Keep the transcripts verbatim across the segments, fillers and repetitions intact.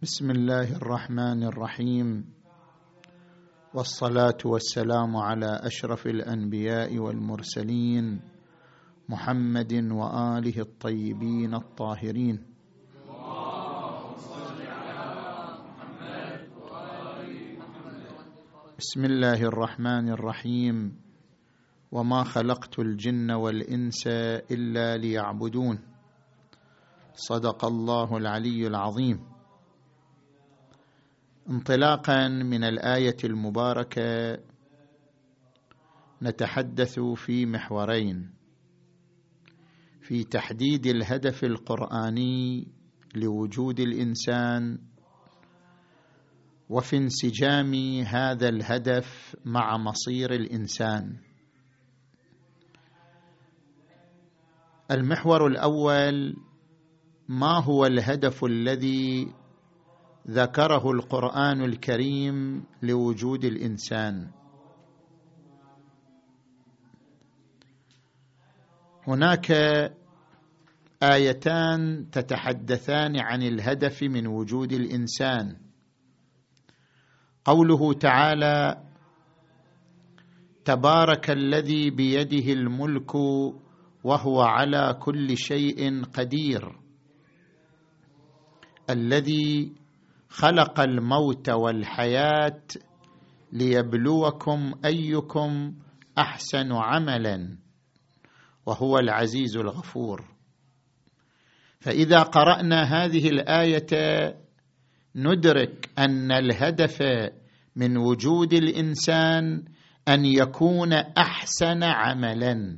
بسم الله الرحمن الرحيم، والصلاة والسلام على أشرف الأنبياء والمرسلين محمد وآله الطيبين الطاهرين. بسم الله الرحمن الرحيم. وما خلقت الجن والإنس إلا ليعبدون. صدق الله العلي العظيم. انطلاقا من الآية المباركة نتحدث في محورين: في تحديد الهدف القرآني لوجود الإنسان، وفي انسجام هذا الهدف مع مصير الإنسان. المحور الأول: ما هو الهدف الذي ذكره القرآن الكريم لوجود الإنسان؟ هناك آيتان تتحدثان عن الهدف من وجود الإنسان. قوله تعالى: تبارك الذي بيده الملك وهو على كل شيء قدير، الذي خلق الموت والحياة ليبلوكم أيكم أحسن عملا وهو العزيز الغفور. فإذا قرأنا هذه الآية ندرك أن الهدف من وجود الإنسان أن يكون أحسن عملا،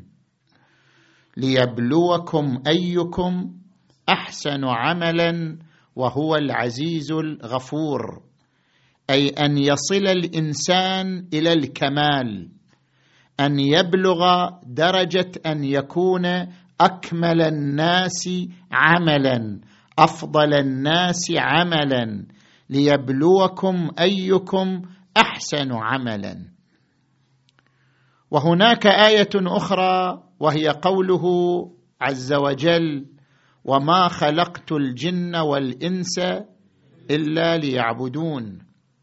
ليبلوكم أيكم أحسن عملا وهو العزيز الغفور، أي أن يصل الإنسان إلى الكمال، أن يبلغ درجة أن يكون أكمل الناس عملا، أفضل الناس عملا، ليبلوكم أيكم أحسن عملا. وهناك آية أخرى وهي قوله عز وجل: وما خلقت الجن والإنس إلا ليعبدون.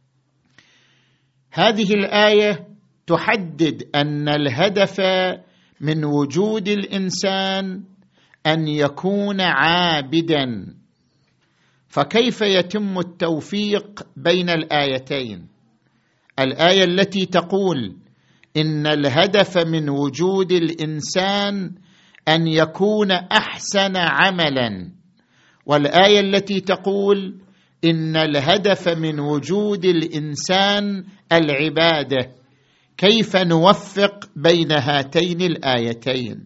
هذه الآية تحدد أن الهدف من وجود الإنسان أن يكون عابدا. فكيف يتم التوفيق بين الآيتين؟ الآية التي تقول إن الهدف من وجود الإنسان أن يكون أحسن عملا، والآية التي تقول إن الهدف من وجود الإنسان العبادة. كيف نوفق بين هاتين الآيتين؟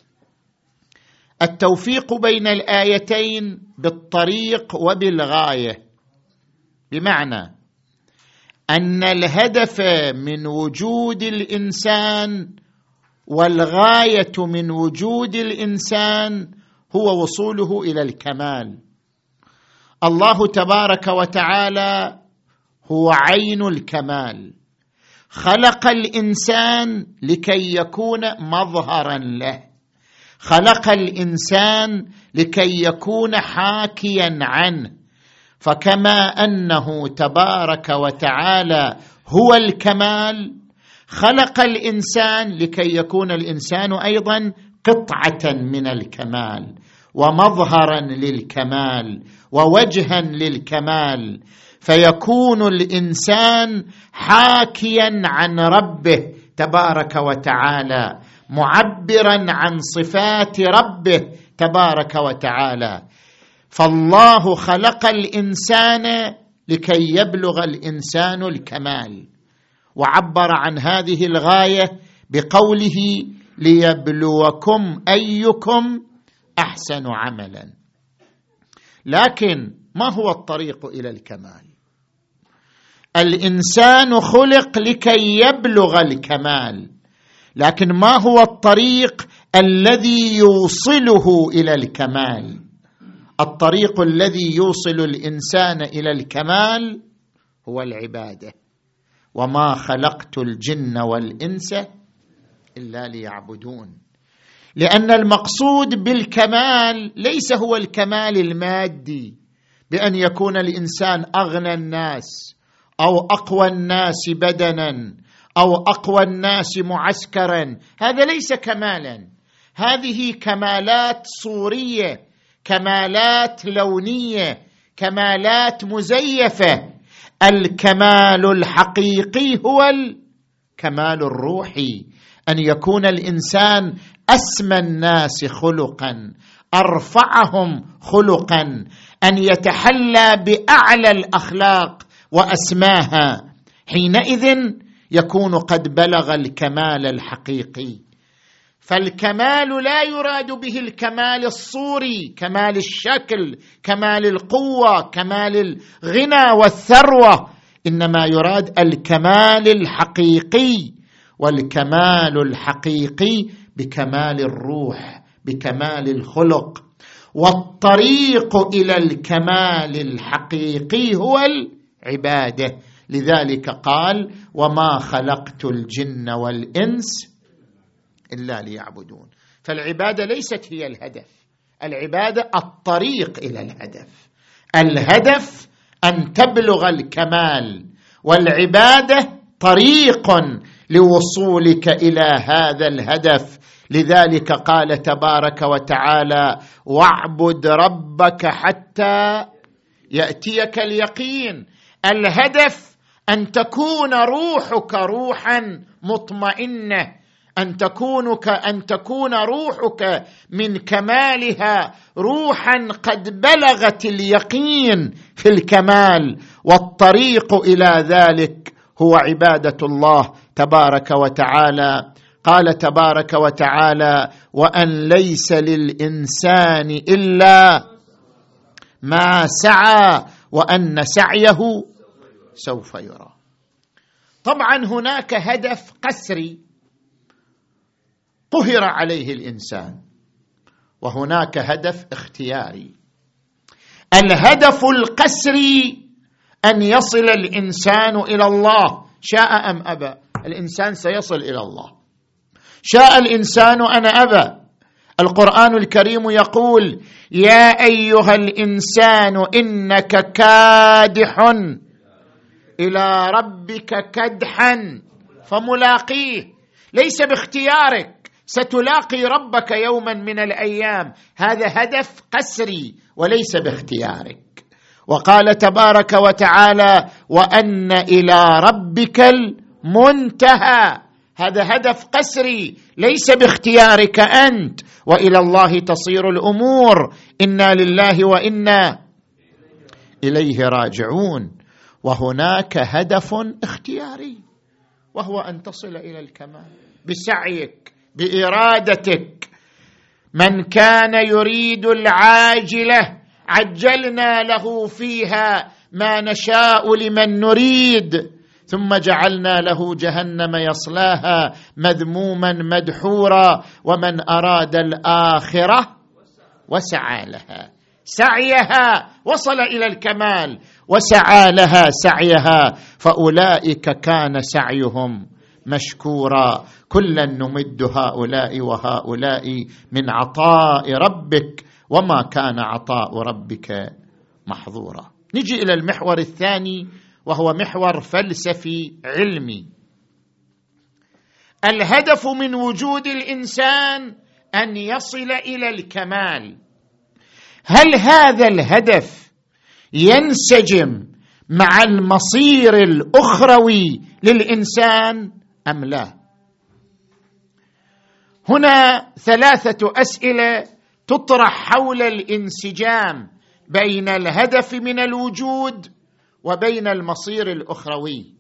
التوفيق بين الآيتين بالطريق وبالغاية، بمعنى أن الهدف من وجود الإنسان والغاية من وجود الإنسان هو وصوله إلى الكمال. الله تبارك وتعالى هو عين الكمال، خلق الإنسان لكي يكون مظهرا له، خلق الإنسان لكي يكون حاكيا عنه. فكما أنه تبارك وتعالى هو الكمال، خلق الإنسان لكي يكون الإنسان أيضا قطعة من الكمال، ومظهرا للكمال، ووجها للكمال، فيكون الإنسان حاكيا عن ربه تبارك وتعالى، معبرا عن صفات ربه تبارك وتعالى. فالله خلق الإنسان لكي يبلغ الإنسان الكمال، وعبر عن هذه الغاية بقوله: ليبلوكم أيكم أحسن عملا. لكن ما هو الطريق إلى الكمال؟ الإنسان خلق لكي يبلغ الكمال، لكن ما هو الطريق الذي يوصله إلى الكمال؟ الطريق الذي يوصل الإنسان إلى الكمال هو العبادة. وما خلقت الجن والإنس إلا ليعبدون. لأن المقصود بالكمال ليس هو الكمال المادي، بأن يكون الإنسان أغنى الناس أو أقوى الناس بدنا أو أقوى الناس معسكرا، هذا ليس كمالا، هذه كمالات صورية، كمالات لونية، كمالات مزيفة. الكمال الحقيقي هو الكمال الروحي، أن يكون الإنسان أسمى الناس خلقا، أرفعهم خلقا، أن يتحلى بأعلى الأخلاق وأسماها، حينئذ يكون قد بلغ الكمال الحقيقي. فالكمال لا يراد به الكمال الصوري، كمال الشكل، كمال القوة، كمال الغنى والثروة، إنما يراد الكمال الحقيقي، والكمال الحقيقي بكمال الروح، بكمال الخلق. والطريق إلى الكمال الحقيقي هو العبادة، لذلك قال: وما خلقت الجن والإنس إلا ليعبدون. فالعبادة ليست هي الهدف، العبادة الطريق إلى الهدف. الهدف أن تبلغ الكمال، والعبادة طريق لوصولك إلى هذا الهدف. لذلك قال تبارك وتعالى: واعبد ربك حتى يأتيك اليقين. الهدف أن تكون روحك روحا مطمئنة، أن تكونك أن تكون روحك من كمالها روحا قد بلغت اليقين في الكمال، والطريق إلى ذلك هو عبادة الله تبارك وتعالى. قال تبارك وتعالى: وأن ليس للإنسان إلا ما سعى وأن سعيه سوف يرى. طبعا هناك هدف قسري قهر عليه الإنسان، وهناك هدف اختياري. الهدف القسري أن يصل الإنسان إلى الله، شاء أم أبى الإنسان سيصل إلى الله، شاء الإنسان أن أبى. القرآن الكريم يقول: يا أيها الإنسان إنك كادح إلى ربك كدحا فملاقيه. ليس باختيارك، ستلاقي ربك يوما من الأيام. هذا هدف قسري وليس باختيارك. وقال تبارك وتعالى: وأن إلى ربك المنتهى. هذا هدف قسري ليس باختيارك أنت، وإلى الله تصير الأمور. إنا لله وإنا إليه راجعون. وهناك هدف اختياري، وهو أن تصل إلى الكمال بسعيك، بإرادتك. من كان يريد العاجلة عجلنا له فيها ما نشاء لمن نريد، ثم جعلنا له جهنم يصلاها مذموما مدحورا، ومن أراد الآخرة وسعى لها سعيها وصل إلى الكمال، وسعى لها سعيها، فأولئك كان سعيهم مشكورا. كلا نمد هؤلاء وهؤلاء من عطاء ربك وما كان عطاء ربك محظورا. نجي إلى المحور الثاني، وهو محور فلسفي علمي. الهدف من وجود الإنسان أن يصل إلى الكمال. هل هذا الهدف ينسجم مع المصير الأخروي للإنسان أم لا؟ هنا ثلاثة أسئلة تطرح حول الانسجام بين الهدف من الوجود وبين المصير الأخروي.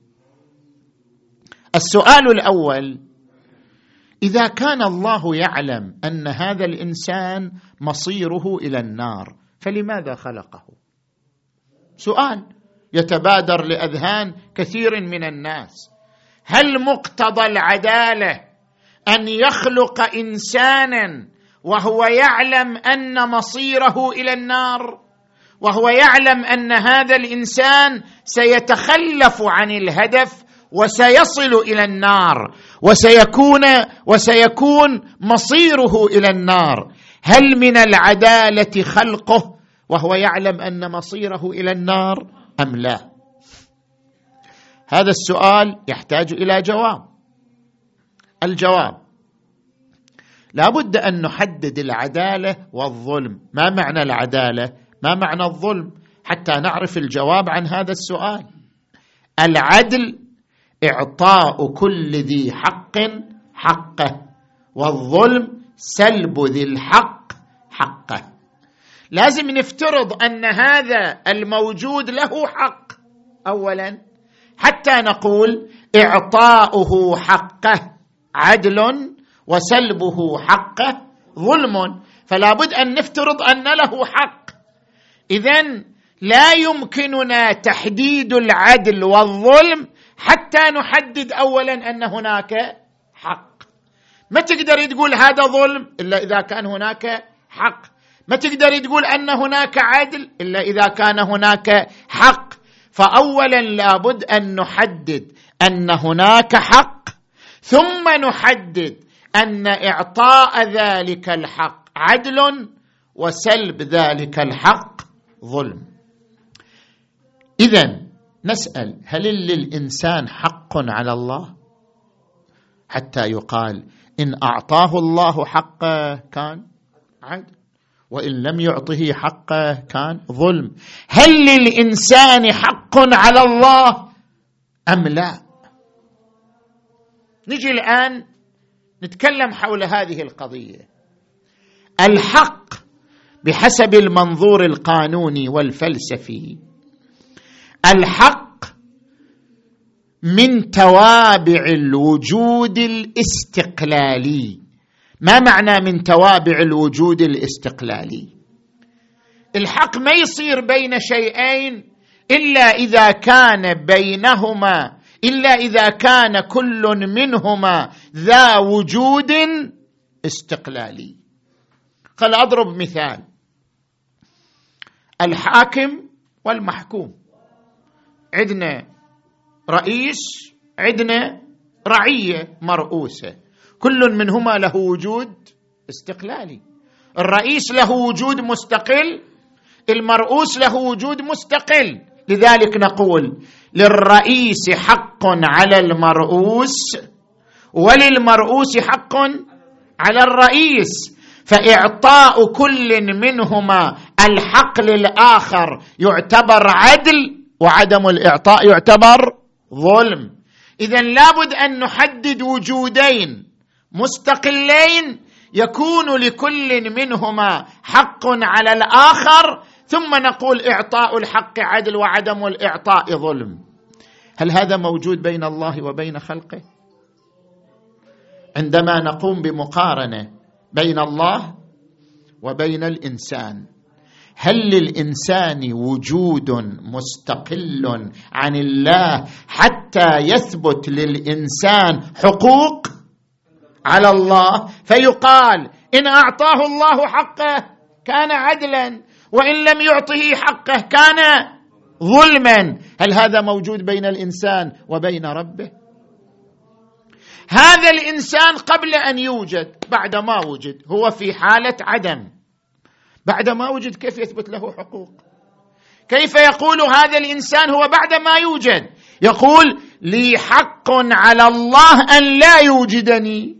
السؤال الأول: إذا كان الله يعلم أن هذا الإنسان مصيره إلى النار، فلماذا خلقه؟ سؤال يتبادر لأذهان كثير من الناس. هل مقتضى العدالة أن يخلق إنسانا وهو يعلم أن مصيره إلى النار، وهو يعلم أن هذا الإنسان سيتخلف عن الهدف وسيصل إلى النار وسيكون وسيكون مصيره إلى النار؟ هل من العدالة خلقه وهو يعلم أن مصيره إلى النار أم لا؟ هذا السؤال يحتاج إلى جواب. الجواب: لا بد أن نحدد العدالة والظلم. ما معنى العدالة؟ ما معنى الظلم؟ حتى نعرف الجواب عن هذا السؤال. العدل إعطاء كل ذي حق حقه، والظلم سلب ذي الحق حقه. لازم نفترض أن هذا الموجود له حق أولا حتى نقول إعطاؤه حقه عدل وسلبه حقه ظلم، فلا بد أن نفترض أن له حق. إذن لا يمكننا تحديد العدل والظلم حتى نحدد أولا أن هناك حق. ما تقدر تقول هذا ظلم إلا إذا كان هناك حق، ما تقدر تقول أن هناك عدل إلا إذا كان هناك حق. فأولا لابد أن نحدد أن هناك حق، ثم نحدد أن إعطاء ذلك الحق عدل وسلب ذلك الحق ظلم. إذن نسأل: هل للإنسان حق على الله حتى يقال إن أعطاه الله حقه كان عدل وإن لم يعطه حقه كان ظلم؟ هل للإنسان حق على الله أم لا؟ نجي الآن نتكلم حول هذه القضية. الحق بحسب المنظور القانوني والفلسفي، الحق من توابع الوجود الاستقلالي. ما معنى من توابع الوجود الاستقلالي؟ الحق ما يصير بين شيئين إلا إذا كان بينهما إلا إذا كان كل منهما ذا وجود استقلالي. خل أضرب مثال: الحاكم والمحكوم، عندنا رئيس، عندنا رعية مرؤوسة، كل منهما له وجود استقلالي. الرئيس له وجود مستقل، المرؤوس له وجود مستقل. لذلك نقول للرئيس حق على المرؤوس وللمرؤوس حق على الرئيس، فإعطاء كل منهما الحق للآخر يعتبر عدل، وعدم الإعطاء يعتبر ظلم. إذن لابد أن نحدد وجودين مستقلين يكون لكل منهما حق على الآخر، ثم نقول إعطاء الحق عدل وعدم الإعطاء ظلم. هل هذا موجود بين الله وبين خلقه؟ عندما نقوم بمقارنة بين الله وبين الإنسان، هل للإنسان وجود مستقل عن الله حتى يثبت للإنسان حقوق على الله فيقال إن أعطاه الله حقه كان عدلا وإن لم يعطه حقه كان ظلما؟ هل هذا موجود بين الإنسان وبين ربه؟ هذا الإنسان قبل أن يوجد، بعد ما وجد هو في حالة عدم. بعد ما وجد كيف يثبت له حقوق؟ كيف يقول هذا الإنسان هو بعد ما يوجد يقول لي حق على الله أن لا يوجدني،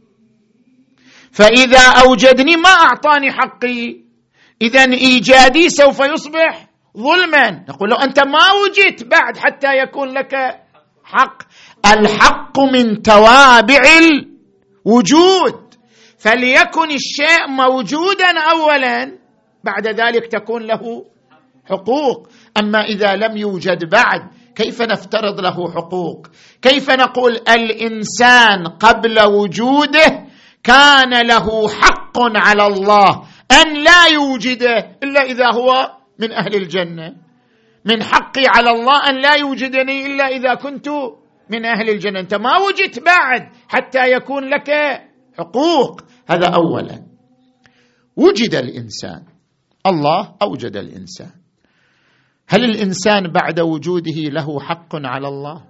فإذا أوجدني ما أعطاني حقي، إذن إيجادي سوف يصبح ظلما. نقول له أنت ما وجدت بعد حتى يكون لك حق. الحق من توابع الوجود، فليكن الشيء موجودا أولا بعد ذلك تكون له حقوق. أما إذا لم يوجد بعد كيف نفترض له حقوق؟ كيف نقول الإنسان قبل وجوده كان له حق على الله أن لا يوجده إلا إذا هو من أهل الجنة؟ من حقي على الله أن لا يوجدني إلا إذا كنت من أهل الجنة. أنت ما وجدت بعد حتى يكون لك حقوق. هذا أولا. وجد الإنسان، الله أوجد الإنسان، هل الإنسان بعد وجوده له حق على الله؟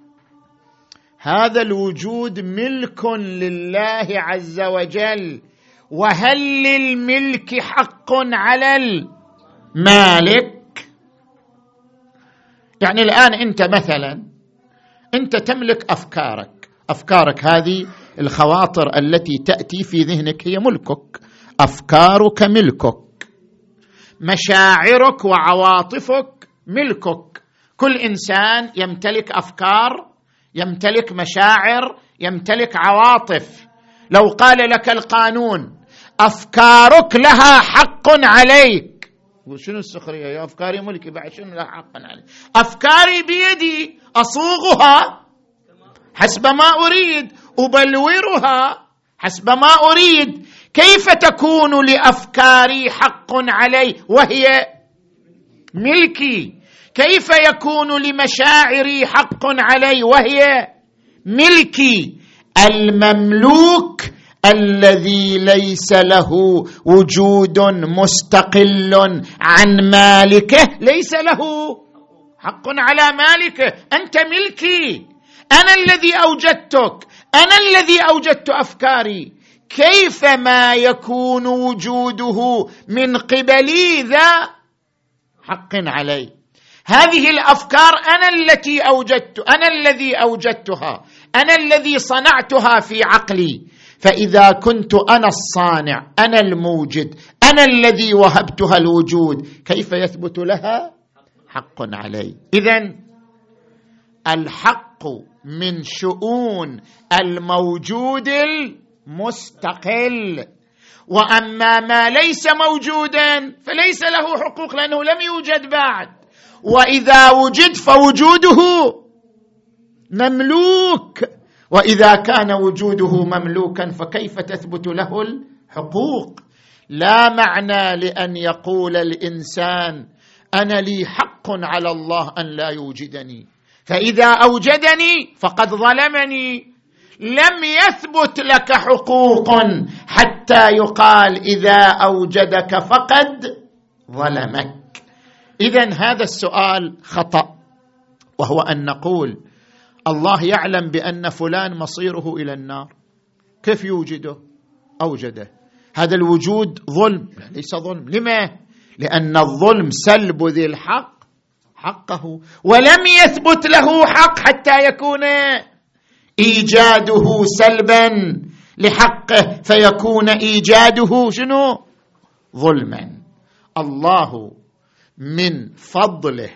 هذا الوجود ملك لله عز وجل، وهل للملك حق على مالك. يعني الآن أنت مثلا أنت تملك أفكارك، أفكارك هذه الخواطر التي تأتي في ذهنك هي ملكك، أفكارك ملكك، مشاعرك وعواطفك ملكك. كل إنسان يمتلك أفكار، يمتلك مشاعر، يمتلك عواطف. لو قال لك القانون أفكارك لها حق عليك، وشنو السخرية؟ يا أفكاري ملكي، بعد شنو لها حق علي؟ أفكاري بيدي أصوغها حسب ما أريد، أبلورها حسب ما أريد. كيف تكون لأفكاري حق علي وهي ملكي؟ كيف يكون لمشاعري حق علي وهي ملكي؟ المملوك الذي ليس له وجود مستقل عن مالكه ليس له حق على مالكه. أنت ملكي، أنا الذي أوجدتك، أنا الذي أوجدت أفكاري. كيف ما يكون وجوده من قبلي ذا حق علي؟ هذه الأفكار أنا التي أوجدت، أنا الذي أوجدتها، أنا الذي صنعتها في عقلي. فإذا كنت أنا الصانع، أنا الموجد، أنا الذي وهبتها الوجود، كيف يثبت لها حق علي؟ إذن الحق من شؤون الموجود المستقل، وأما ما ليس موجودا فليس له حقوق لأنه لم يوجد بعد، وإذا وجد فوجوده مملوك، وإذا كان وجوده مملوكا فكيف تثبت له الحقوق؟ لا معنى لأن يقول الإنسان أنا لي حق على الله أن لا يوجدني، فإذا أوجدني فقد ظلمني. لم يثبت لك حقوق حتى يقال إذا أوجدك فقد ظلمك. إذن هذا السؤال خطأ، وهو أن نقول الله يعلم بأن فلان مصيره إلى النار، كيف يوجده؟ أوجده. هذا الوجود ظلم؟ ليس ظلم. لما؟ لأن الظلم سلب ذي الحق حقه، ولم يثبت له حق حتى يكون إيجاده سلبا لحقه، فيكون إيجاده شنو؟ ظلما. الله من فضله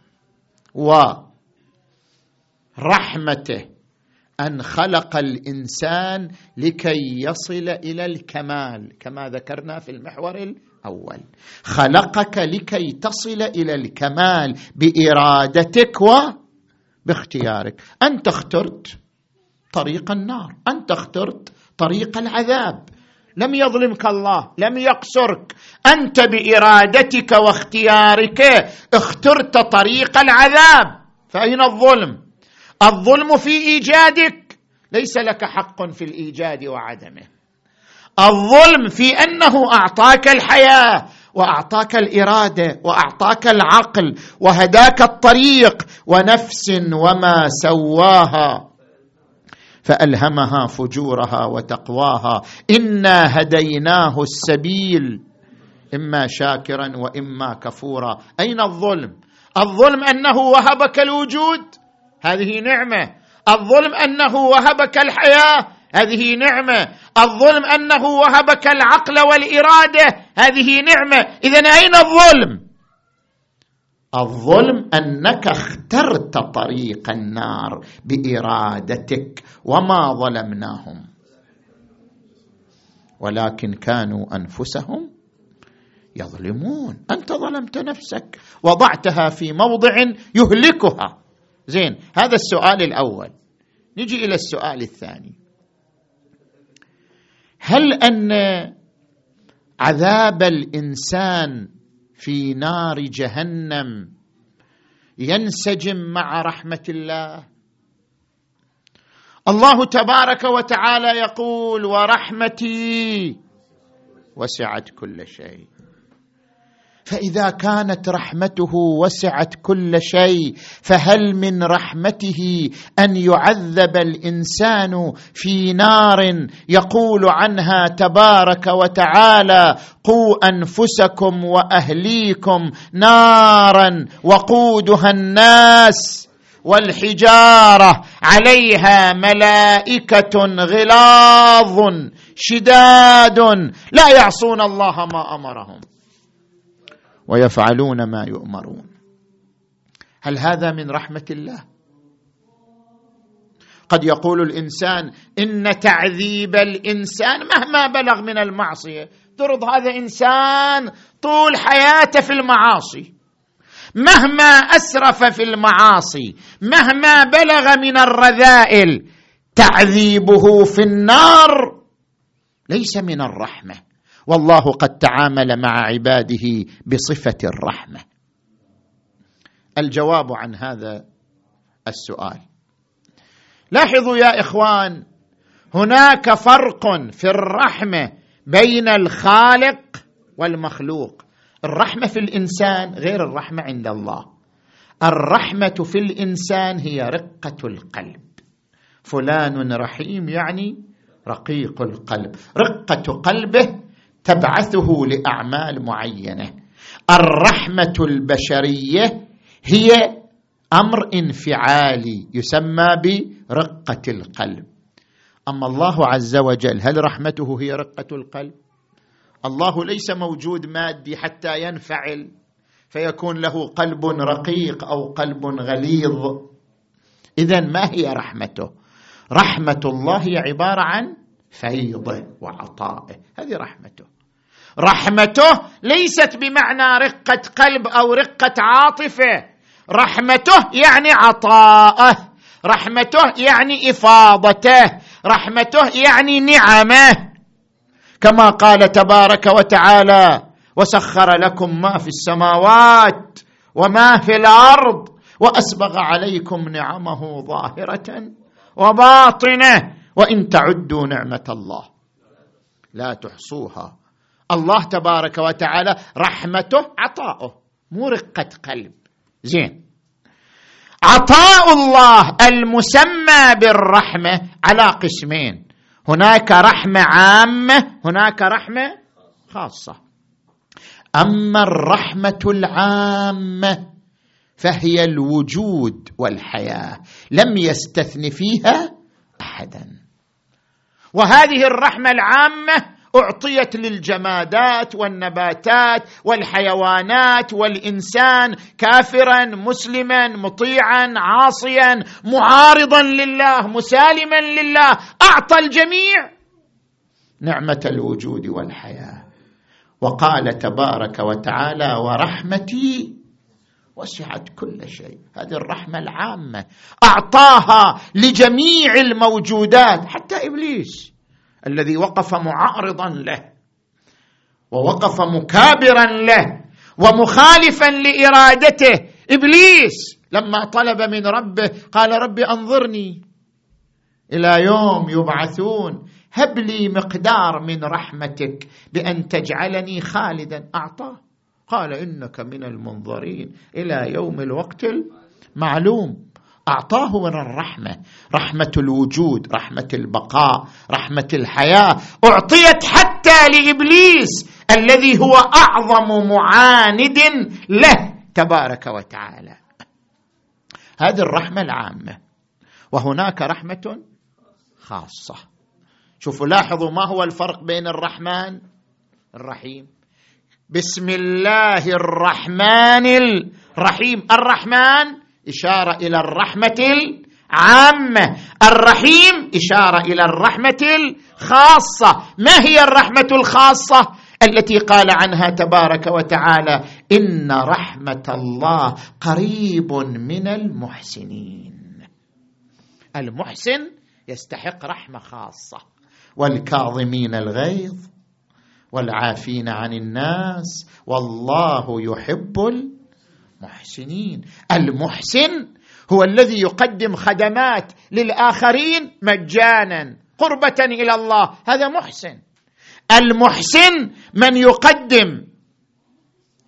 ورحمته أن خلق الإنسان لكي يصل إلى الكمال، كما ذكرنا في المحور الأول. خلقك لكي تصل إلى الكمال بإرادتك وباختيارك. أنت اخترت طريق النار، أنت اخترت طريق العذاب، لم يظلمك الله، لم يقصرك، أنت بإرادتك واختيارك اخترت طريق العذاب. فأين الظلم؟ الظلم في إيجادك، ليس لك حق في الإيجاد وعدمه. الظلم في أنه أعطاك الحياة وأعطاك الإرادة وأعطاك العقل وهداك الطريق، ونفس وما سواها فألهمها فجورها وتقواها، إنا هديناه السبيل إما شاكرا وإما كفورا. أين الظلم؟ الظلم أنه وهبك الوجود، هذه نعمة. الظلم أنه وهبك الحياة، هذه نعمة. الظلم أنه وهبك العقل والإرادة، هذه نعمة. إذن أين الظلم؟ الظلم أنك اخترت طريق النار بإرادتك، وما ظلمناهم ولكن كانوا أنفسهم يظلمون. أنت ظلمت نفسك، وضعتها في موضع يهلكها. زين، هذا السؤال الأول. نجي إلى السؤال الثاني. هل أن عذاب الإنسان في نار جهنم ينسجم مع رحمة الله؟ الله تبارك وتعالى يقول ورحمتي وسعت كل شيء. فإذا كانت رحمته وسعت كل شيء، فهل من رحمته أن يعذب الإنسان في نار يقول عنها تبارك وتعالى: قوا أنفسكم وأهليكم نارا وقودها الناس والحجارة عليها ملائكة غلاظ شداد لا يعصون الله ما أمرهم ويفعلون ما يؤمرون. هل هذا من رحمة الله؟ قد يقول الإنسان إن تعذيب الإنسان مهما بلغ من المعصية، ترض هذا إنسان طول حياته في المعاصي، مهما أسرف في المعاصي، مهما بلغ من الرذائل، تعذيبه في النار ليس من الرحمة. والله قد تعامل مع عباده بصفة الرحمة. الجواب عن هذا السؤال: لاحظوا يا إخوان، هناك فرق في الرحمة بين الخالق والمخلوق. الرحمة في الإنسان غير الرحمة عند الله. الرحمة في الإنسان هي رقة القلب. فلان رحيم يعني رقيق القلب، رقة قلبه تبعثه لأعمال معينة. الرحمة البشرية هي أمر انفعالي يسمى برقة القلب. أما الله عز وجل هل رحمته هي رقة القلب؟ الله ليس موجود مادي حتى ينفعل فيكون له قلب رقيق أو قلب غليظ. إذن ما هي رحمته؟ رحمة الله هي عبارة عن فيضه وعطائه، هذه رحمته. رحمته ليست بمعنى رقة قلب أو رقة عاطفة. رحمته يعني عطاءه، رحمته يعني إفاضته، رحمته يعني نعمه، كما قال تبارك وتعالى: وسخر لكم ما في السماوات وما في الأرض وأسبغ عليكم نعمه ظاهرة وباطنة وإن تعدوا نعمة الله لا تحصوها. الله تبارك وتعالى رحمته عطاؤه، مو رقة قلب. زين، عطاء الله المسمى بالرحمة على قسمين: هناك رحمة عامة، هناك رحمة خاصة. أما الرحمة العامة فهي الوجود والحياة، لم يستثن فيها أحدا. وهذه الرحمة العامة أعطيت للجمادات والنباتات والحيوانات والإنسان، كافرا مسلما مطيعا عاصيا معارضا لله مسالما لله، أعطى الجميع نعمة الوجود والحياة. وقال تبارك وتعالى: ورحمتي وسعت كل شيء. هذه الرحمة العامة أعطاها لجميع الموجودات، حتى إبليس الذي وقف معارضا له ووقف مكابرا له ومخالفا لإرادته. إبليس لما طلب من ربه قال: ربي أنظرني إلى يوم يبعثون، هب لي مقدار من رحمتك بأن تجعلني خالدا. أعطاه، قال: إنك من المنظرين إلى يوم الوقت المعلوم. أعطاه من الرحمة، رحمة الوجود، رحمة البقاء، رحمة الحياة، أعطيت حتى لإبليس الذي هو أعظم معاند له تبارك وتعالى. هذه الرحمة العامة. وهناك رحمة خاصة. شوفوا، لاحظوا ما هو الفرق بين الرحمن الرحيم. بسم الله الرحمن الرحيم. الرحمن إشارة إلى الرحمة العامة، الرحيم إشارة إلى الرحمة الخاصة. ما هي الرحمة الخاصة التي قال عنها تبارك وتعالى: إن رحمة الله قريب من المحسنين؟ المحسن يستحق رحمة خاصة. والكاظمين الغيظ والعافين عن الناس والله يحب المحسنين. المحسن هو الذي يقدم خدمات للآخرين مجانا قربة إلى الله، هذا محسن. المحسن من يقدم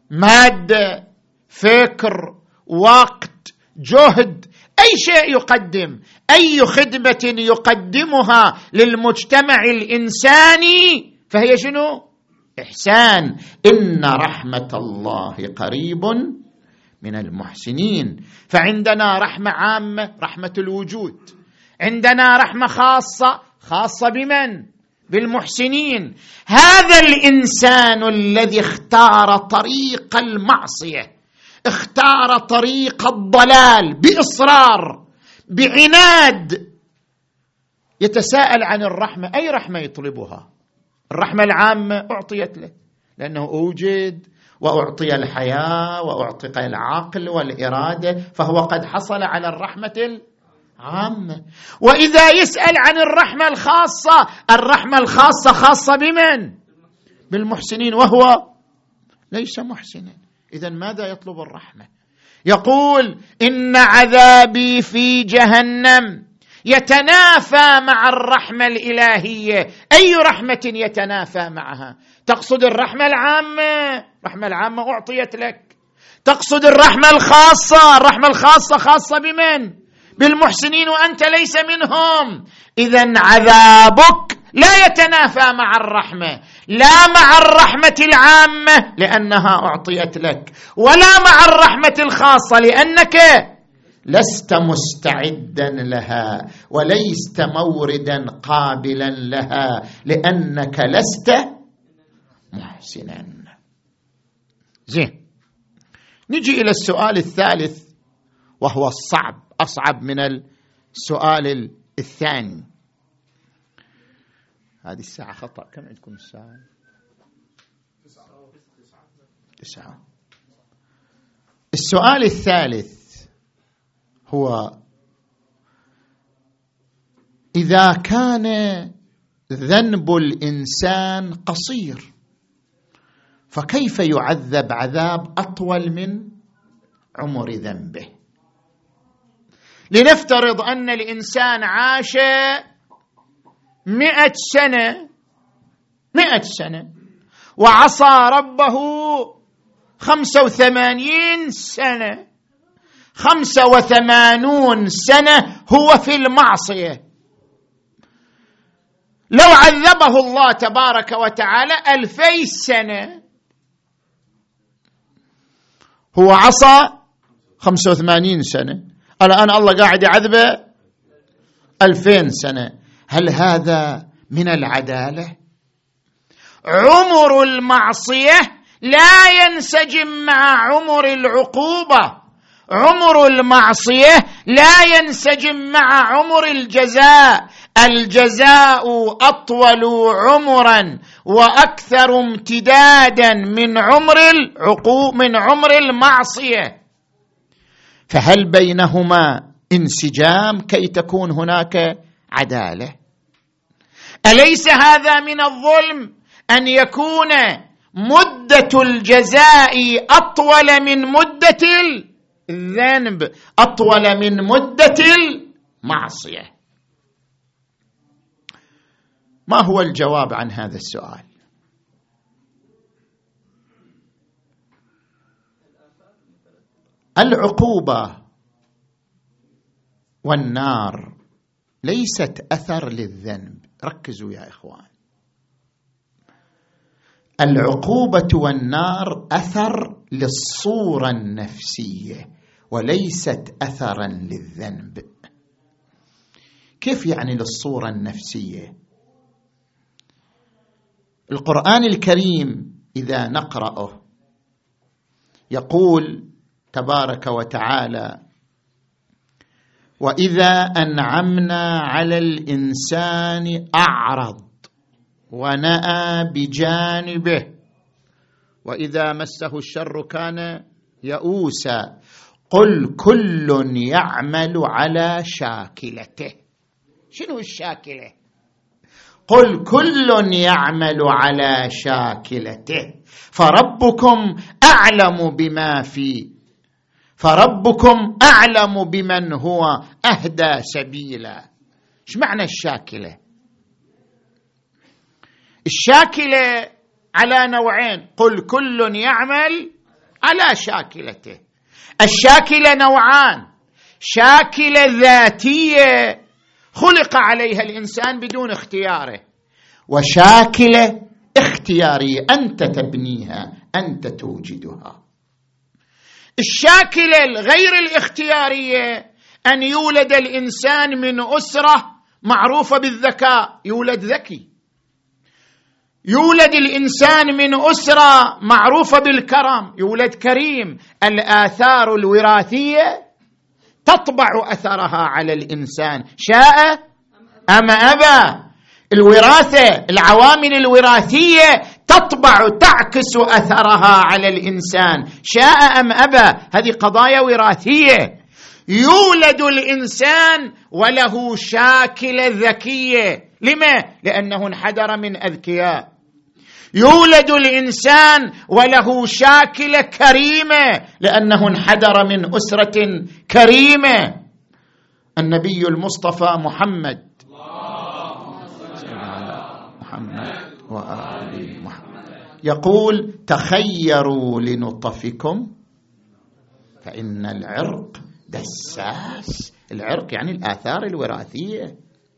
مادة، فكر، وقت، جهد، أي شيء يقدم، أي خدمة يقدمها للمجتمع الإنساني فهي شنو؟ إحسان. إن رحمة الله قريب من المحسنين. فعندنا رحمة عامة، رحمة الوجود، عندنا رحمة خاصة، خاصة بمن؟ بالمحسنين. هذا الإنسان الذي اختار طريق المعصية، اختار طريق الضلال بإصرار، بعناد، يتساءل عن الرحمة. أي رحمة يطلبها؟ الرحمة العامة أعطيت له لأنه أوجد وأعطي الحياة وأعطي العقل والإرادة، فهو قد حصل على الرحمة العامة. وإذا يسأل عن الرحمة الخاصة، الرحمة الخاصة خاصة بمن؟ بالمحسنين، وهو ليس محسنا. إذن ماذا يطلب الرحمة؟ يقول إن عذابي في جهنم، يتنافى مع الرحمة الإلهية. أي رحمة يتنافى معها؟ تقصد الرحمة العامة؟ الرحمة العامة أعطيت لك. تقصد الرحمة الخاصة؟ الرحمة الخاصة خاصة بمن؟ بالمحسنين، وأنت ليس منهم. إذن عذابك لا يتنافى مع الرحمة، لا مع الرحمة العامة لأنها أعطيت لك، ولا مع الرحمة الخاصة لأنك لست مستعدا لها وليست موردا قابلا لها لأنك لست محسنا. زين، نجي إلى السؤال الثالث وهو الصعب، أصعب من السؤال الثاني. هذه الساعة خطأ. كم عندكم الساعة؟ تسعة. السؤال الثالث هو: إذا كان ذنب الإنسان قصير فكيف يعذب عذاب أطول من عمر ذنبه؟ لنفترض أن الإنسان عاش مئة سنة مئة سنة وعصى ربه خمسة وثمانين سنة، خمسة وثمانون سنة هو في المعصية. لو عذبه الله تبارك وتعالى ألفي سنة، هو عصى خمسة وثمانين سنة، الآن الله قاعد يعذبه ألفين سنة. هل هذا من العدالة؟ عمر المعصية لا ينسجم مع عمر العقوبة، عمر المعصية لا ينسجم مع عمر الجزاء. الجزاء أطول عمرا وأكثر امتدادا من عمر العقوبة، من عمر المعصية. فهل بينهما انسجام كي تكون هناك عدالة؟ أليس هذا من الظلم أن يكون مدة الجزاء أطول من مدة الذنب، أطول من مدة المعصية؟ ما هو الجواب عن هذا السؤال؟ العقوبة والنار ليست أثر للذنب. ركزوا يا إخوان، العقوبة والنار أثر للصورة النفسية وليست أثرا للذنب. كيف يعني للصورة النفسية؟ القرآن الكريم إذا نقرأه يقول تبارك وتعالى: وإذا أنعمنا على الإنسان أعرض ونأى بجانبه وإذا مسه الشر كان يئوسا قل كل يعمل على شاكلته. شنو الشاكلة؟ قل كل يعمل على شاكلته فربكم أعلم بما في فربكم أعلم بمن هو أهدى سبيلا. ايش معنى الشاكلة؟ الشاكلة على نوعين: قل كل يعمل على شاكلته. الشاكلة نوعان: شاكلة ذاتية خلق عليها الإنسان بدون اختياره، وشاكلة اختيارية أنت تبنيها، أنت توجدها. الشاكلة الغير الاختيارية أن يولد الإنسان من أسرة معروفة بالذكاء، يولد ذكي. يولد الإنسان من أسرة معروفة بالكرم، يولد كريم. الآثار الوراثية تطبع أثرها على الإنسان شاء أم أبى. الوراثة، العوامل الوراثية تطبع تعكس أثرها على الإنسان شاء أم أبى. هذه قضايا وراثية. يولد الإنسان وله شاكلة ذكية، لما؟ لأنه انحدر من أذكياء. يولد الإنسان وله شاكلة كريمة لأنه انحدر من أسرة كريمة. النبي المصطفى محمد محمد وآل محمد يقول: تخيروا لنطفكم فإن العرق دساس. العرق يعني الآثار الوراثية.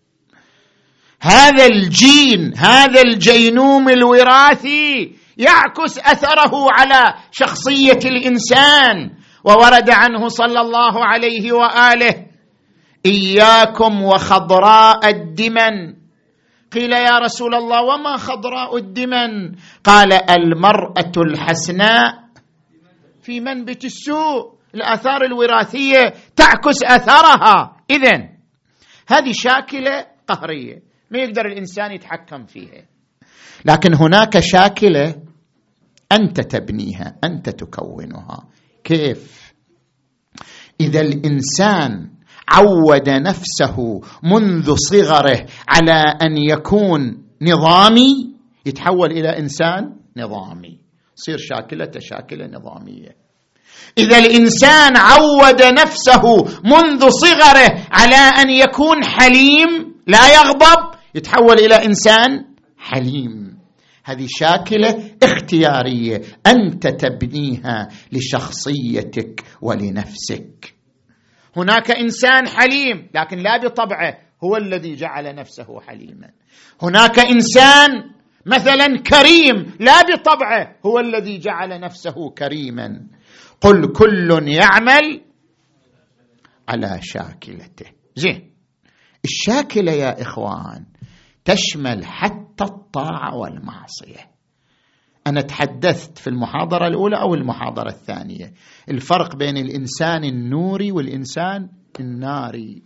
هذا الجين، هذا الجينوم الوراثي يعكس أثره على شخصية الإنسان. وورد عنه صلى الله عليه وآله: إياكم وخضراء الدمن. قيل: يا رسول الله وما خضراء الدمن؟ قال: المرأة الحسناء في منبت السوء. الآثار الوراثية تعكس أثرها. إذن هذه شاكلة قهرية ما يقدر الإنسان يتحكم فيها. لكن هناك شاكلة أنت تبنيها، أنت تكونها. كيف؟ إذا الإنسان عود نفسه منذ صغره على أن يكون نظامي، يتحول إلى إنسان نظامي، يصير شاكلة شاكلة نظامية. إذا الإنسان عود نفسه منذ صغره على أن يكون حليم لا يغضب، يتحول إلى إنسان حليم. هذه شاكلة اختيارية أنت تبنيها لشخصيتك ولنفسك. هناك إنسان حليم لكن لا بطبعه، هو الذي جعل نفسه حليما. هناك إنسان مثلا كريم لا بطبعه، هو الذي جعل نفسه كريما. قل كل يعمل على شاكلته. زين، الشاكلة يا إخوان تشمل حتى الطاعة والمعصية. أنا تحدثت في المحاضرة الأولى أو المحاضرة الثانية الفرق بين الإنسان النوري والإنسان الناري.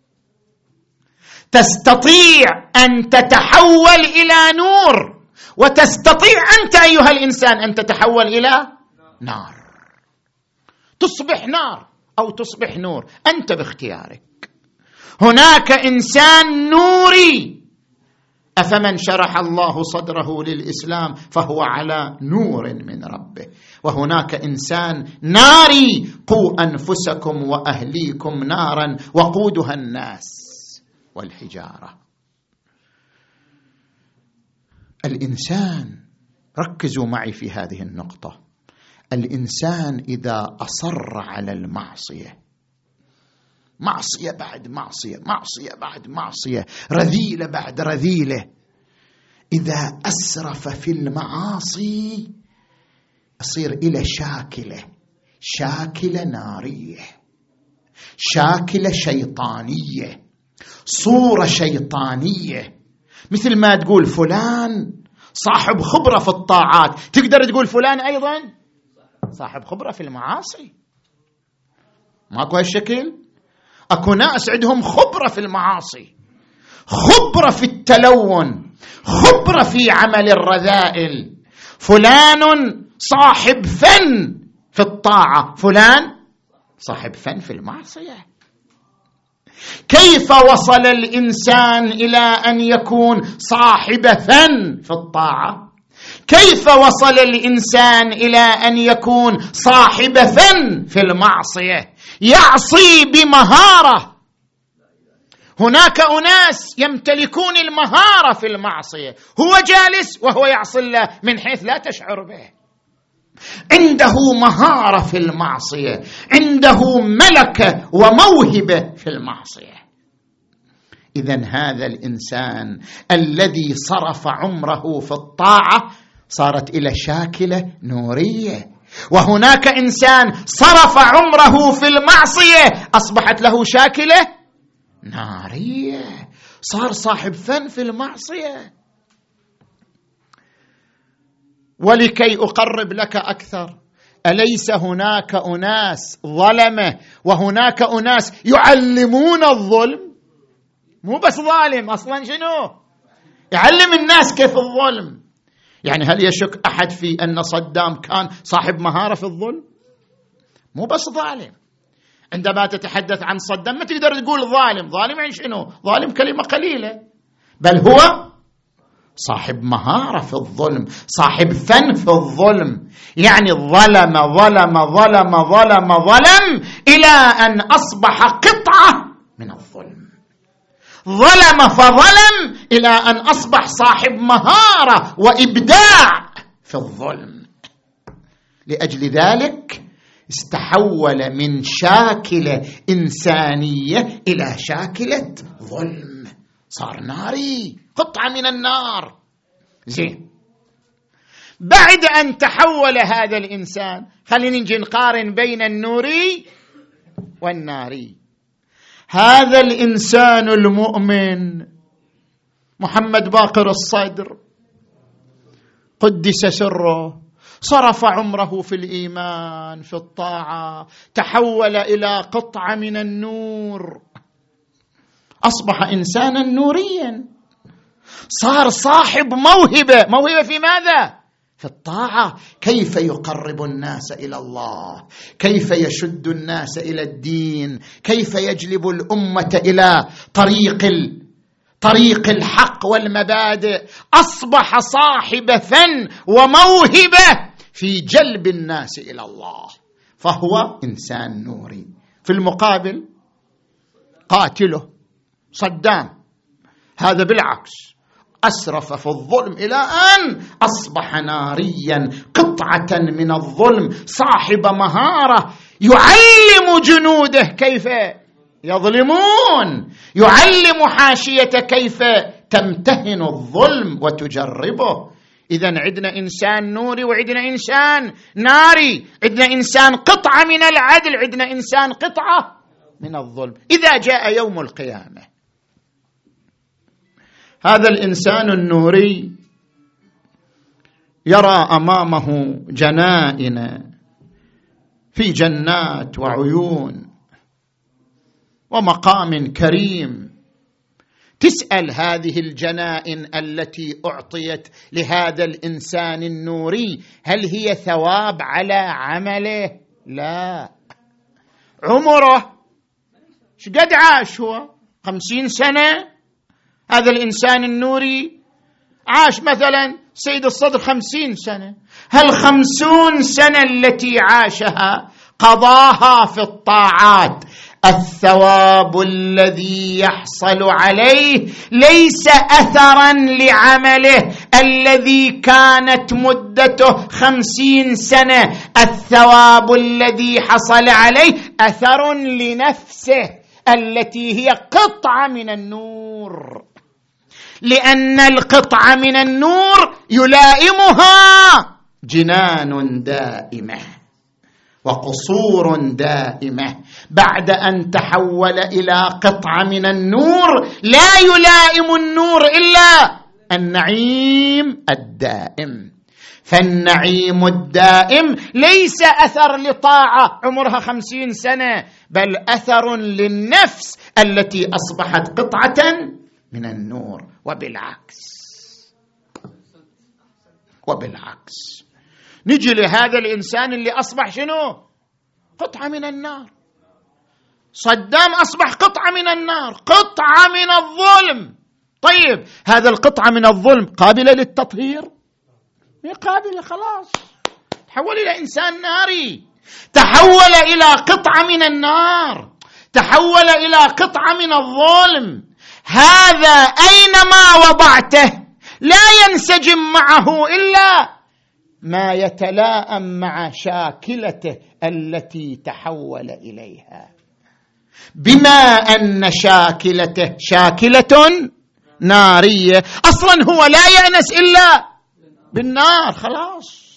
تستطيع أن تتحول إلى نور، وتستطيع أنت أيها الإنسان أن تتحول إلى نار، تصبح نار أو تصبح نور، أنت باختيارك. هناك إنسان نوري، أفمن شرح الله صدره للإسلام فهو على نور من ربه. وهناك إنسان ناري، قوا أنفسكم وأهليكم نارا وقودها الناس والحجارة. الإنسان، ركزوا معي في هذه النقطة، الإنسان إذا أصر على المعصية، معصية بعد معصية، معصية بعد معصية، رذيلة بعد رذيلة، إذا أسرف في المعاصي يصير إلى شاكلة، شاكلة نارية، شاكلة شيطانية، صورة شيطانية. مثل ما تقول فلان صاحب خبرة في الطاعات، تقدر تقول فلان أيضا صاحب خبرة في المعاصي. ماكو هالشكل؟ أكو ناس عندهم خبرة في المعاصي، خبرة في التلون، خبرة في عمل الرذائل. فلان صاحب فن في الطاعة، فلان صاحب فن في المعصية. كيف وصل الإنسان إلى أن يكون صاحب فن في الطاعة؟ كيف وصل الإنسان إلى أن يكون صاحب فن في المعصية؟ يعصي بمهارة. هناك أناس يمتلكون المهارة في المعصية، هو جالس وهو يعصي الله من حيث لا تشعر به. عنده مهارة في المعصية، عنده ملكة وموهبة في المعصية. إذن هذا الإنسان الذي صرف عمره في الطاعة صارت إلى شاكلة نورية، وهناك إنسان صرف عمره في المعصية أصبحت له شاكلة نارية، صار صاحب فن في المعصية. ولكي أقرب لك أكثر، أليس هناك أناس ظلمة وهناك أناس يعلمون الظلم؟ مو بس ظالم، أصلا شنو؟ يعلم الناس كيف الظلم. يعني هل يشك أحد في أن صدام كان صاحب مهارة في الظلم؟ مو بس ظالم. عندما تتحدث عن صدام ما تقدر تقول ظالم. ظالم يعني شنو؟ ظالم كلمة قليلة، بل هو صاحب مهارة في الظلم، صاحب فن في الظلم. يعني ظلم ظلم ظلم ظلم ظلم إلى أن أصبح قطعة من الظلم، ظلم فظلم إلى أن أصبح صاحب مهارة وإبداع في الظلم. لأجل ذلك استحول من شاكلة إنسانية إلى شاكلة ظلم، صار ناري، قطعة من النار. زين، بعد أن تحول هذا الإنسان، خلينا نجي نقارن بين النوري والناري. هذا الإنسان المؤمن محمد باقر الصدر قدس سره، صرف عمره في الإيمان في الطاعة، تحول إلى قطعة من النور، أصبح إنسانا نوريا، صار صاحب موهبة. موهبة في ماذا؟ في الطاعة. كيف يقرب الناس إلى الله، كيف يشد الناس إلى الدين، كيف يجلب الأمة إلى طريق طريق الحق والمبادئ. أصبح صاحب فن وموهبة في جلب الناس إلى الله، فهو إنسان نوري. في المقابل قاتله صدام، هذا بالعكس أسرف في الظلم إلى أن أصبح ناريا، قطعة من الظلم، صاحب مهارة، يعلم جنوده كيف يظلمون، يعلم حاشية كيف تمتهن الظلم وتجربه. إذن عندنا إنسان نوري وعندنا إنسان ناري، عندنا إنسان قطعة من العدل، عندنا إنسان قطعة من الظلم. إذا جاء يوم القيامة هذا الإنسان النوري يرى أمامه جنائن في جنات وعيون ومقام كريم. تسأل هذه الجنائن التي أعطيت لهذا الإنسان النوري هل هي ثواب على عمله؟ لا. عمره شقد عاش؟ هو خمسين سنة. هذا الإنسان النوري عاش مثلا سيد الصدر خمسين سنة. هل خمسون سنة التي عاشها قضاها في الطاعات، الثواب الذي يحصل عليه ليس أثرا لعمله الذي كانت مدته خمسين سنة، الثواب الذي حصل عليه أثر لنفسه التي هي قطعة من النور، لأن القطعة من النور يلائمها جنان دائمة وقصور دائمة. بعد أن تحول إلى قطعة من النور لا يلائم النور إلا النعيم الدائم. فالنعيم الدائم ليس أثر لطاعة عمرها خمسين سنة، بل أثر للنفس التي أصبحت قطعة من النور. وبالعكس وبالعكس نجي لهذا الإنسان اللي أصبح شنو؟ قطعة من النار. صدام أصبح قطعة من النار، قطعة من الظلم. طيب هذا القطعة من الظلم قابلة للتطهير؟ مي قابلة، خلاص تحول إلى إنسان ناري، تحول إلى قطعة من النار، تحول إلى قطعة من الظلم. هذا أينما وضعته لا ينسجم معه إلا ما يتلائم مع شاكلته التي تحول إليها. بما أن شاكلته شاكلة نارية، أصلا هو لا يأنس إلا بالنار، خلاص.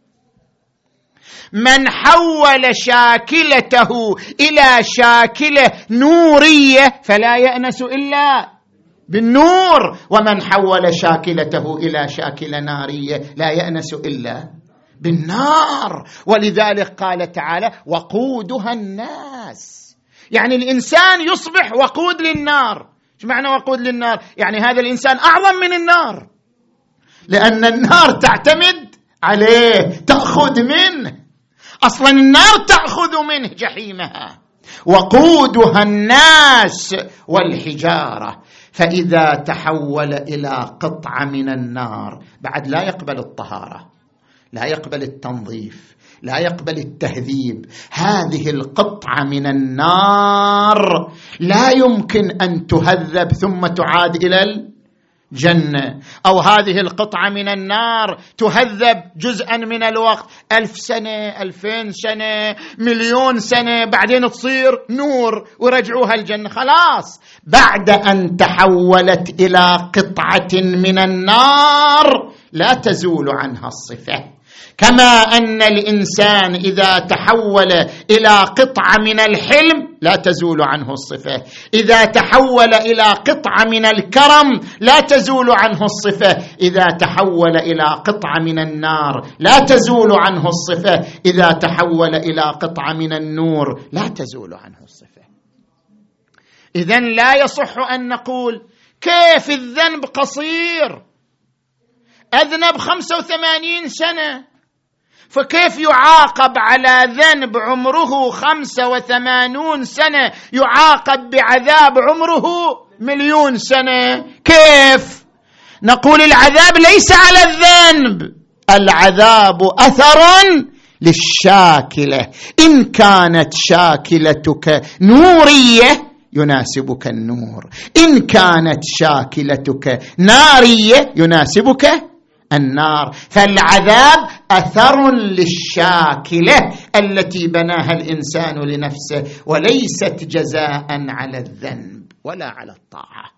من حول شاكلته إلى شاكلة نورية فلا يأنس إلا بالنور، ومن حول شاكلته إلى شاكلة نارية لا يأنس إلا بالنار. ولذلك قال تعالى: وقودها الناس، يعني الإنسان يصبح وقود للنار. ايش معنى وقود للنار؟ يعني هذا الإنسان أعظم من النار، لأن النار تعتمد عليه، تأخذ منه، أصلا النار تأخذ منه جحيمها. وقودها الناس والحجارة، فإذا تحول إلى قطعة من النار بعد لا يقبل الطهارة، لا يقبل التنظيف، لا يقبل التهذيب. هذه القطعة من النار لا يمكن أن تهذب ثم تعاد إلى الجنة، أو هذه القطعة من النار تهذب جزءا من الوقت، ألف سنة، ألفين سنة، مليون سنة، بعدين تصير نور ورجعوها الجنة. خلاص، بعد أن تحولت إلى قطعة من النار لا تزول عنها الصفة. كما أن الإنسان إذا تحول إلى قطعة من الحلم لا تزول عنه الصفة، إذا تحول إلى قطعة من الكرم لا تزول عنه الصفة، إذا تحول إلى قطعة من النار لا تزول عنه الصفة، إذا تحول إلى قطعة من النور لا تزول عنه الصفة. إذن لا يصح أن نقول كيف الذنب قصير، أذنب خمسة وثمانين سنة، فكيف يعاقب على ذنب عمره خمسة وثمانون سنة يعاقب بعذاب عمره مليون سنة؟ كيف؟ نقول العذاب ليس على الذنب، العذاب أثر للشاكلة. إن كانت شاكلتك نورية يناسبك النور، إن كانت شاكلتك نارية يناسبك النار. فالعذاب أثر للشاكلة التي بناها الإنسان لنفسه، وليست جزاء على الذنب ولا على الطاعة.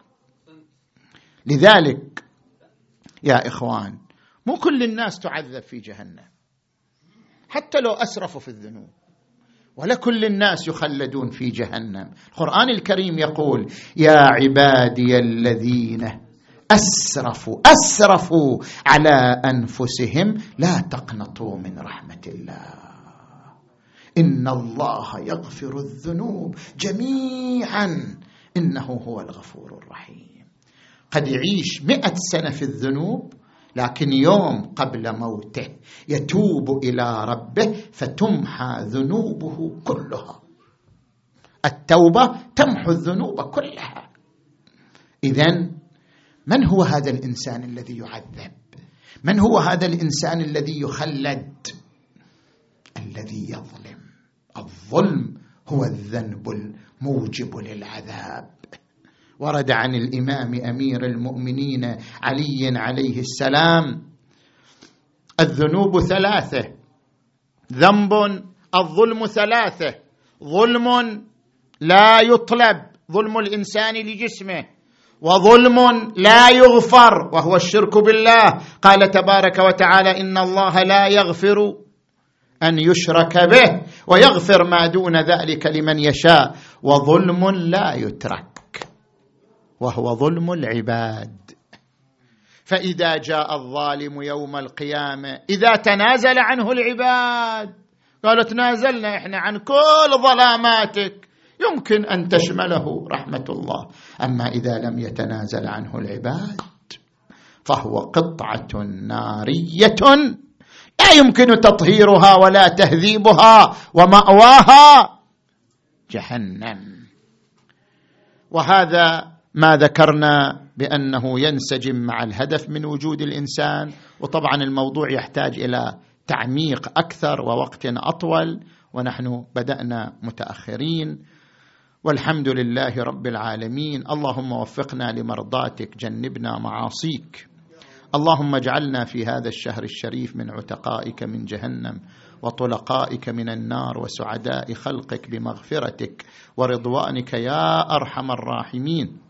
لذلك يا إخوان، مو كل الناس تعذب في جهنم حتى لو أسرفوا في الذنوب، ولا كل الناس يخلدون في جهنم. القرآن الكريم يقول: يا عبادي الذين أسرفوا أسرفوا على أنفسهم لا تقنطوا من رحمة الله إن الله يغفر الذنوب جميعا إنه هو الغفور الرحيم. قد يعيش مئة سنة في الذنوب، لكن يوم قبل موته يتوب إلى ربه فتمحى ذنوبه كلها. التوبة تمحو الذنوب كلها. إذن من هو هذا الإنسان الذي يعذب؟ من هو هذا الإنسان الذي يخلد؟ الذي يظلم. الظلم هو الذنب الموجب للعذاب. ورد عن الإمام أمير المؤمنين علي عليه السلام: الذنوب ثلاثة، ذنب الظلم ثلاثة: ظلم لا يطلب، ظلم الإنسان لجسمه، وظلم لا يغفر وهو الشرك بالله، قال تبارك وتعالى: إن الله لا يغفر أن يشرك به ويغفر ما دون ذلك لمن يشاء، وظلم لا يترك وهو ظلم العباد. فإذا جاء الظالم يوم القيامة إذا تنازل عنه العباد، قالوا تنازلنا إحنا عن كل ظلاماتك، يمكن أن تشمله رحمة الله. أما إذا لم يتنازل عنه العباد فهو قطعة نارية لا يمكن تطهيرها ولا تهذيبها، ومأواها جهنم. وهذا ما ذكرنا بأنه ينسجم مع الهدف من وجود الإنسان. وطبعا الموضوع يحتاج إلى تعميق أكثر ووقت أطول، ونحن بدأنا متأخرين، والحمد لله رب العالمين. اللهم وفقنا لمرضاتك، جنبنا معاصيك. اللهم اجعلنا في هذا الشهر الشريف من عتقائك من جهنم وطلقائك من النار وسعداء خلقك بمغفرتك ورضوانك يا أرحم الراحمين.